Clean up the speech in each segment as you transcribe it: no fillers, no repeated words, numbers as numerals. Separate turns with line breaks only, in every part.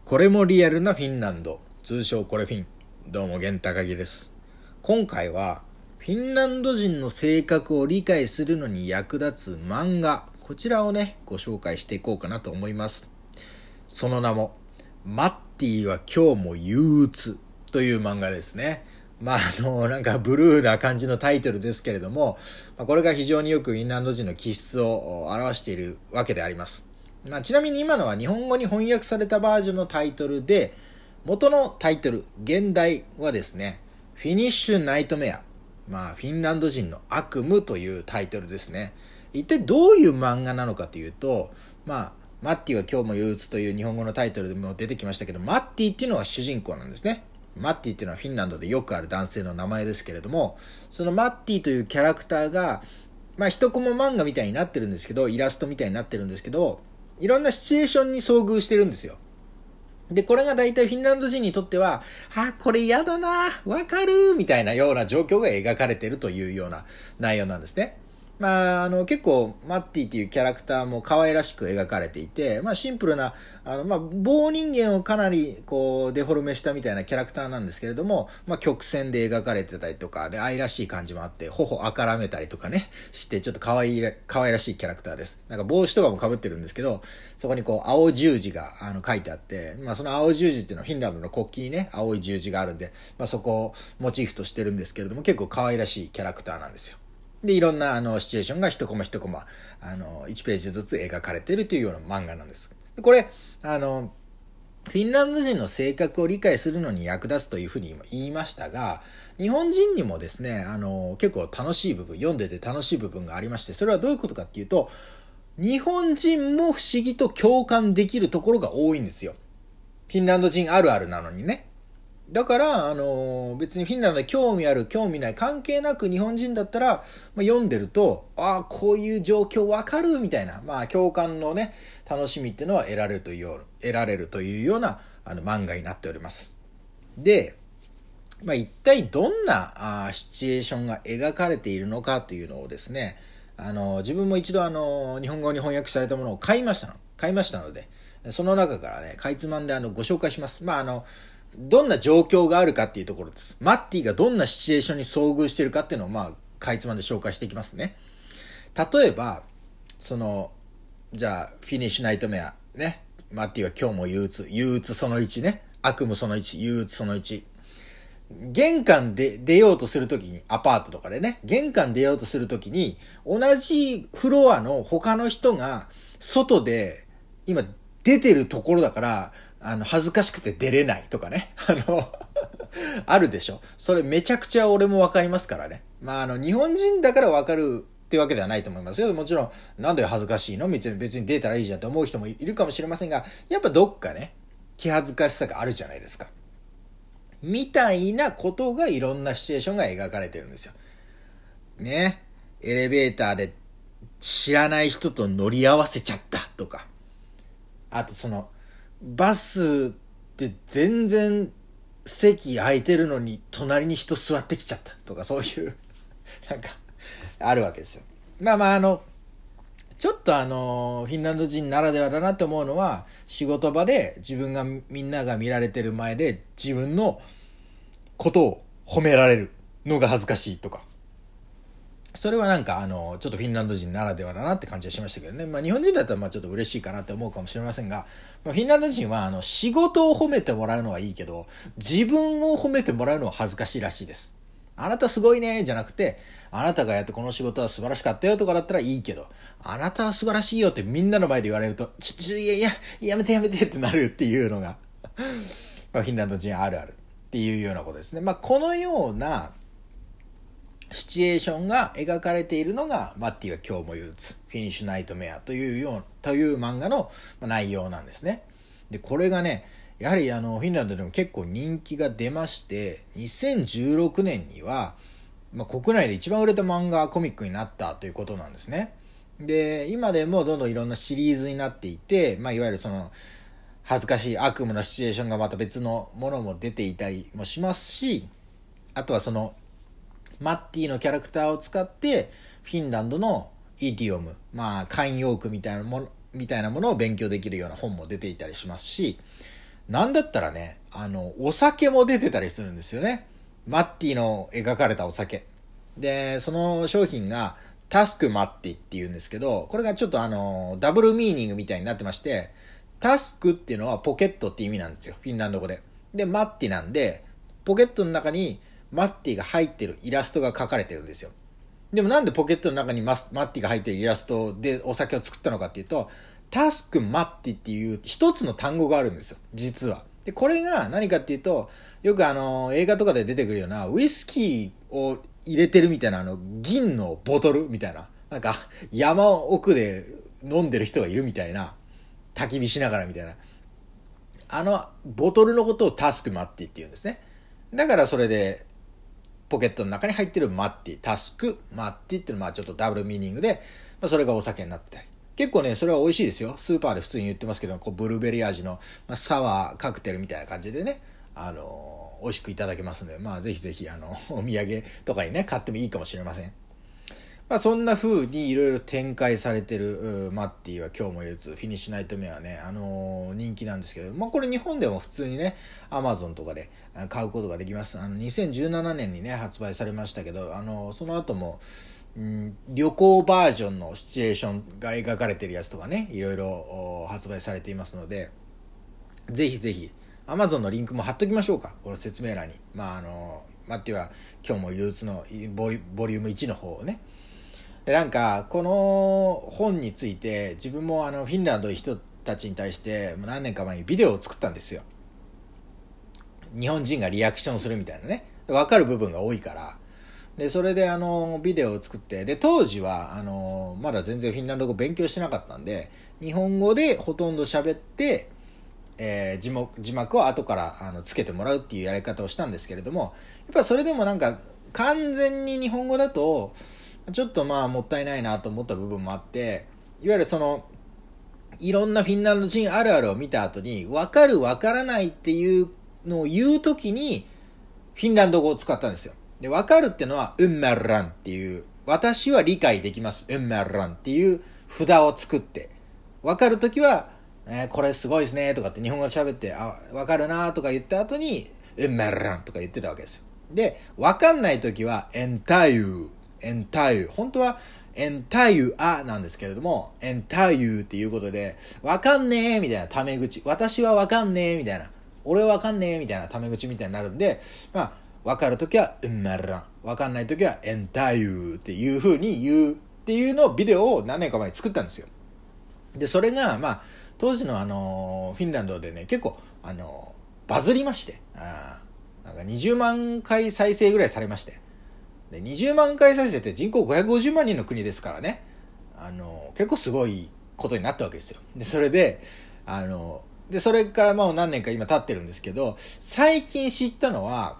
これもリアルなフィンランド、通称これフィン。どうも源高木です。今回はフィンランド人の性格を理解するのに役立つ漫画、こちらをねご紹介していこうかなと思います。その名もマッティは今日も憂鬱という漫画ですね。なんかブルーな感じのタイトルですけれども、これが非常によくフィンランド人の気質を表しているわけであります。ちなみに今のは日本語に翻訳されたバージョンのタイトルで、元のタイトル、現代はですね、フィニッシュナイトメア。フィンランド人の悪夢というタイトルですね。一体どういう漫画なのかというと、マッティは今日も憂鬱という日本語のタイトルでも出てきましたけど、マッティっていうのは主人公なんですね。マッティっていうのはフィンランドでよくある男性の名前ですけれども、そのマッティというキャラクターが、一コマ漫画みたいになってるんですけど、イラストみたいになってるんですけど、いろんなシチュエーションに遭遇してるんですよ。で、これが大体フィンランド人にとっては、これ嫌だな、わかる、みたいなような状況が描かれているというような内容なんですね。結構、マッティっていうキャラクターも可愛らしく描かれていて、シンプルな、棒人間をかなり、デフォルメしたみたいなキャラクターなんですけれども、曲線で描かれてたりとか、で、愛らしい感じもあって、頬あからめたりとかね、して、ちょっと可愛らしいキャラクターです。なんか帽子とかも被ってるんですけど、そこに青十字が、書いてあって、その青十字っていうのはフィンランドの国旗にね、青い十字があるんで、そこをモチーフとしてるんですけれども、結構可愛らしいキャラクターなんですよ。で、いろんなシチュエーションが一コマ一コマ1ページずつ描かれているというような漫画なんです。これフィンランド人の性格を理解するのに役立つというふうに言いましたが、日本人にもですね結構楽しい部分、読んでて楽しい部分がありまして、それはどういうことかっていうと、日本人も不思議と共感できるところが多いんですよ。フィンランド人あるあるなのにね。だから、別にフィンランドで興味ある、興味ない、関係なく日本人だったら、読んでると、こういう状況わかるみたいな、共感のね、楽しみっていうのは得られるというような漫画になっております。で、一体どんなシチュエーションが描かれているのかというのをですね、自分も一度日本語に翻訳されたものを買いましたので、その中からね、かいつまんでご紹介します。どんな状況があるかっていうところです。マッティがどんなシチュエーションに遭遇しているかっていうのをかいつまんで紹介していきますね。例えば、じゃあ、フィニッシュナイトメア、ね。マッティは今日も憂鬱その1ね。悪夢その1、憂鬱その1。玄関で出ようとするときに、アパートとかでね、玄関出ようとするときに、同じフロアの他の人が、外で、今出てるところだから、恥ずかしくて出れないとかね。あるでしょ。それめちゃくちゃ俺もわかりますからね。日本人だからわかるってわけではないと思いますよ。もちろん、なんで恥ずかしいの？別に出たらいいじゃんって思う人もいるかもしれませんが、やっぱどっかね、気恥ずかしさがあるじゃないですか。みたいなことがいろんなシチュエーションが描かれてるんですよ。ね。エレベーターで知らない人と乗り合わせちゃったとか。あとバスって全然席空いてるのに隣に人座ってきちゃったとか、そういうなんかあるわけですよ。ちょっとフィンランド人ならではだなって思うのは、仕事場でみんなが見られてる前で自分のことを褒められるのが恥ずかしいとか。それはちょっとフィンランド人ならではだなって感じがしましたけどね。日本人だったらちょっと嬉しいかなって思うかもしれませんが、フィンランド人は仕事を褒めてもらうのはいいけど、自分を褒めてもらうのは恥ずかしいらしいです。あなたすごいねじゃなくて、あなたがやってこの仕事は素晴らしかったよとかだったらいいけど、あなたは素晴らしいよってみんなの前で言われると、やめてってなるっていうのがフィンランド人あるあるっていうようなことですね。このようなシチュエーションが描かれているのがマッティは今日も憂鬱、フィニッシュナイトメアという漫画の内容なんですね。で、これがね、やはりフィンランドでも結構人気が出まして、2016年には、国内で一番売れた漫画コミックになったということなんですね。で、今でもどんどんいろんなシリーズになっていて、いわゆる恥ずかしい悪夢のシチュエーションがまた別のものも出ていたりもしますし、あとはマッティのキャラクターを使ってフィンランドのイディオム、慣用句みたいなものを勉強できるような本も出ていたりしますし、 なんだったらね、お酒も出てたりするんですよね。マッティの描かれたお酒。で、その商品がタスクマッティっていうんですけど、これがちょっとダブルミーニングみたいになってまして、タスクっていうのはポケットって意味なんですよ。フィンランド語で。で、マッティなんで、ポケットの中にマッティが入ってるイラストが描かれてるんですよ。でもなんでポケットの中にマッティが入ってるイラストでお酒を作ったのかっていうと、タスクマッティっていう一つの単語があるんですよ、実は。で、これが何かっていうと、よく映画とかで出てくるようなウイスキーを入れてるみたいな銀のボトルみたいな、なんか山奥で飲んでる人がいるみたいな、焚き火しながらみたいな、ボトルのことをタスクマッティって言うんですね。だからそれでポケットの中に入ってるマッティ、タスクマッティっていうのはちょっとダブルミーニングで、それがお酒になってたり、結構ねそれは美味しいですよ。スーパーで普通に言ってますけど、ブルーベリー味の、サワーカクテルみたいな感じでね、美味しくいただけますので、ぜひぜひお土産とかにね買ってもいいかもしれません。そんな風にいろいろ展開されてるマッティは今日も憂鬱、フィニッシュナイトメアね、人気なんですけど、これ日本でも普通にね、Amazon とかで買うことができます。2017年にね、発売されましたけど、その後も、旅行バージョンのシチュエーションが描かれてるやつとかね、いろいろ発売されていますので、ぜひぜひ、Amazon のリンクも貼っときましょうか、この説明欄に。マッティは今日も憂鬱のボリューム1の方をね、でなんかこの本について自分もフィンランドの人たちに対して何年か前にビデオを作ったんですよ。日本人がリアクションするみたいなね、分かる部分が多いから。でそれでビデオを作って、で当時はまだ全然フィンランド語勉強してなかったんで、日本語でほとんど喋って、字幕を後からつけてもらうっていうやり方をしたんですけれども、やっぱそれでもなんか完全に日本語だとちょっともったいないなと思った部分もあって、いわゆるいろんなフィンランド人あるあるを見た後に、分かる分からないっていうのを言うときに、フィンランド語を使ったんですよ。で、分かるってのは、メッランっていう、私は理解できます、メッランっていう札を作って、分かるときは、これすごいですねとかって日本語で喋って、分かるなとか言った後に、メッランとか言ってたわけですよ。で、分かんないときは、エンタイユ本当はエンタイアなんですけれども、エンタイっていうことで、わかんねえみたいなタメ口、私はわかんねえみたいな、俺はわかんねえみたいなタメ口みたいになるんで、わかるときはメラン、わかんないときはエンタイっていう風に言うっていうのをビデオを何年か前に作ったんですよ。でそれが当時のフィンランドでね結構バズりまして、なんか20万回再生ぐらいされまして、で20万回再生って人口550万人の国ですからね、結構すごいことになったわけですよ。でそれでそれからもう何年か今経ってるんですけど、最近知ったのは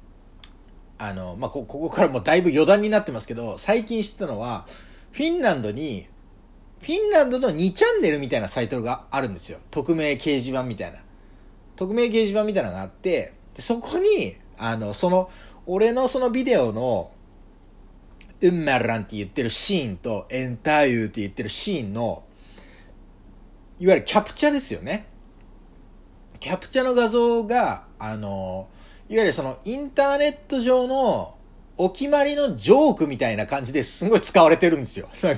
ここからもうだいぶ余談になってますけど、最近知ったのはフィンランドの2チャンネルみたいなサイトがあるんですよ。匿名掲示板みたいなのがあって、でそこに俺のそのビデオのウンマランって言ってるシーンとエンタイユって言ってるシーンのいわゆるキャプチャですよね。キャプチャの画像がいわゆるインターネット上のお決まりのジョークみたいな感じですごい使われてるんですよ。だ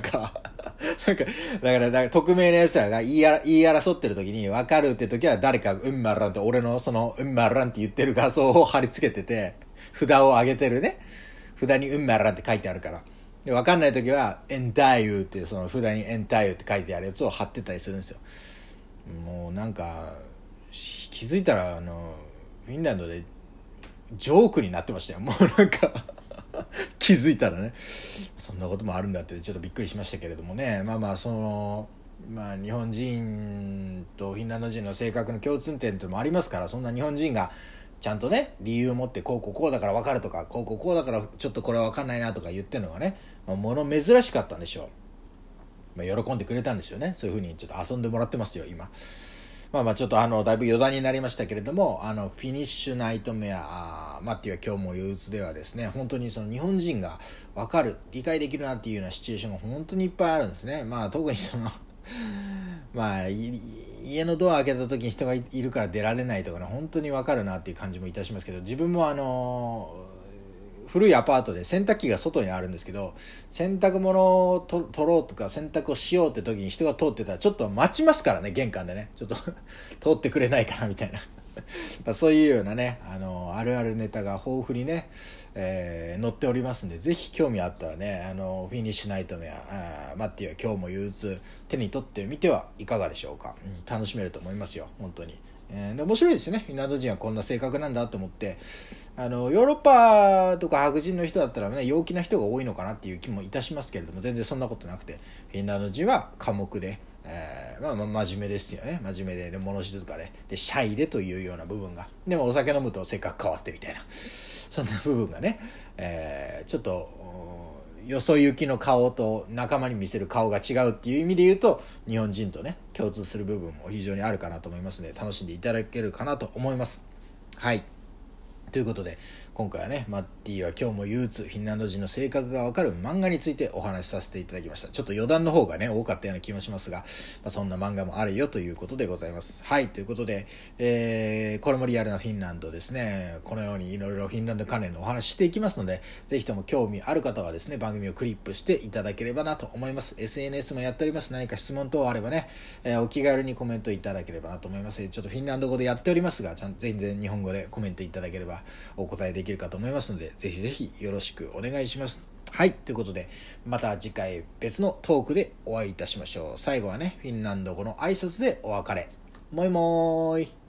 から匿名の奴らが言い争ってる時に分かるって時は誰かうんまらんって俺のうんまらんって言ってる画像を貼り付けてて、札を上げてるね。札にうんまらんって書いてあるから。で分かんない時はエンタイユってその札にエンタイユって書いてあるやつを貼ってたりするんですよ。もうなんか気づいたらフィンランドでジョークになってましたよ。もうなんか気づいたらね、そんなこともあるんだってちょっとびっくりしましたけれどもね。日本人とフィンランド人の性格の共通点ってのもありますから、そんな日本人がちゃんとね理由を持ってこうだから分かるとか、こうだからちょっとこれは分かんないなとか言ってるのがね、珍しかったんでしょう。喜んでくれたんでしょうね。そういう風にちょっと遊んでもらってますよ今。ちょっとだいぶ余談になりましたけれども、フィニッシュナイトメアマッティは今日も憂鬱ではですね、本当に日本人が分かる理解できるなっていうようなシチュエーションが本当にいっぱいあるんですね。特に家のドア開けた時に人がいるから出られないとかね、本当に分かるなっていう感じもいたしますけど、自分も古いアパートで洗濯機が外にあるんですけど、洗濯物を取ろうとか洗濯をしようって時に人が通ってたらちょっと待ちますからね、玄関でね、ちょっと通ってくれないかなみたいなまあそういうようなね、あるあるネタが豊富にね、載っておりますんで、ぜひ興味あったらね、フィニッシュナイトメア、マッティは今日も憂鬱、手に取ってみてはいかがでしょうか。楽しめると思いますよ、本当に。で面白いですよね。フィンランド人はこんな性格なんだと思って、ヨーロッパとか白人の人だったらね、陽気な人が多いのかなっていう気もいたしますけれども、全然そんなことなくて、フィンランド人は寡黙で、真面目ですよね。真面目で物静かでシャイでというような部分が、でもお酒飲むと性格変わってみたいな、そんな部分がね、ちょっとよそ行きの顔と仲間に見せる顔が違うっていう意味で言うと、日本人とね共通する部分も非常にあるかなと思いますので、楽しんでいただけるかなと思います。はい、ということで今回はね、マッティは今日も憂鬱、フィンランド人の性格がわかる漫画についてお話しさせていただきました。ちょっと余談の方がね多かったような気もしますが、そんな漫画もあるよということでございます。はい、ということで、これもリアルなフィンランドですね。このようにいろいろフィンランド関連のお話していきますので、ぜひとも興味ある方はですね、番組をクリップしていただければなと思います。 SNS もやっております。何か質問等あればね、お気軽にコメントいただければなと思います。ちょっとフィンランド語でやっておりますが、全然日本語でコメントいただければお答えできるかと思いますので、ぜひぜひよろしくお願いします。はい、ということでまた次回別のトークでお会いいたしましょう。最後はね、フィンランド語の挨拶でお別れ。もいもーい。